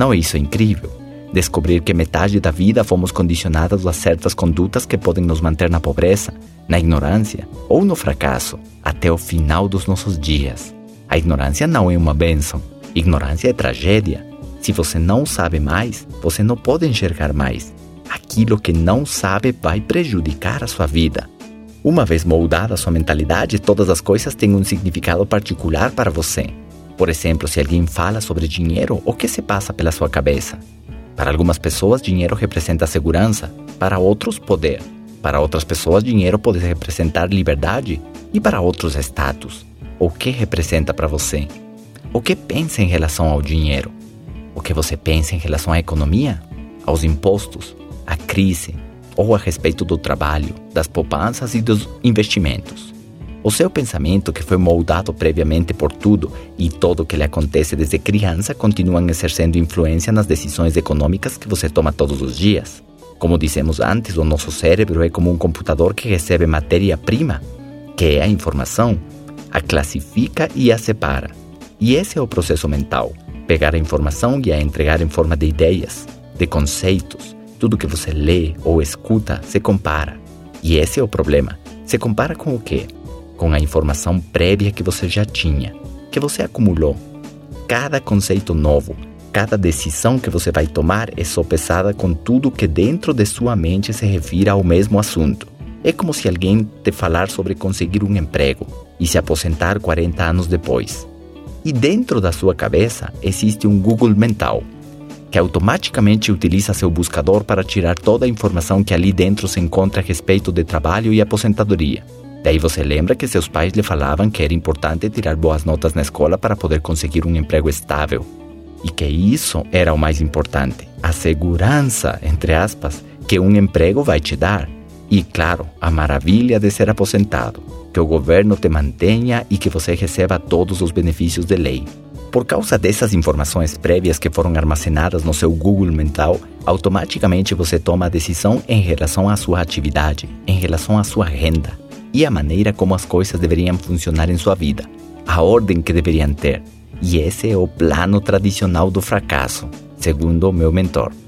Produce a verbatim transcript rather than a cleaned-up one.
Não é isso incrível? Descobrir que metade da vida fomos condicionados a certas condutas que podem nos manter na pobreza, na ignorância ou no fracasso, até o final dos nossos dias. A ignorância não é uma bênção. Ignorância é tragédia. Se você não sabe mais, você não pode enxergar mais. Aquilo que não sabe vai prejudicar a sua vida. Uma vez moldada a sua mentalidade, todas as coisas têm um significado particular para você. Por exemplo, se alguém fala sobre dinheiro, o que se passa pela sua cabeça? Para algumas pessoas, dinheiro representa segurança. Para outros, poder. Para outras pessoas, dinheiro pode representar liberdade. E para outros, status. O que representa para você? O que pensa em relação ao dinheiro? O que você pensa em relação à economia? Aos impostos? À crise? Ou a respeito do trabalho, das poupanças e dos investimentos? O seu pensamento, que foi moldado previamente por tudo e todo o que lhe acontece desde criança, continua exercendo influência nas decisões econômicas que você toma todos os dias. Como dissemos antes, o nosso cérebro é como um computador que recebe matéria-prima, que é a informação, a classifica e a separa. E esse é o processo mental, pegar a informação e a entregar em forma de ideias, de conceitos. Tudo que você lê ou escuta se compara. E esse é o problema. Se compara com o quê? Com a informação prévia que você já tinha, que você acumulou. Cada conceito novo, cada decisão que você vai tomar é sopesada com tudo que dentro de sua mente se refira ao mesmo assunto. É como se alguém te falar sobre conseguir um emprego e se aposentar quarenta anos depois. E dentro da sua cabeça existe um Google mental, que automaticamente utiliza seu buscador para tirar toda a informação que ali dentro se encontra a respeito de trabalho e aposentadoria. Daí você lembra que seus pais lhe falavam que era importante tirar boas notas na escola para poder conseguir um emprego estável. E que isso era o mais importante, a segurança, entre aspas, que um emprego vai te dar. E, claro, a maravilha de ser aposentado, que o governo te mantenha e que você receba todos os benefícios de lei. Por causa dessas informações prévias que foram armazenadas no seu Google mental, automaticamente você toma a decisão em relação à sua atividade, em relação à sua renda e a maneira como as coisas deveriam funcionar em sua vida, a ordem que deveriam ter. E esse é o plano tradicional do fracasso, segundo o meu mentor.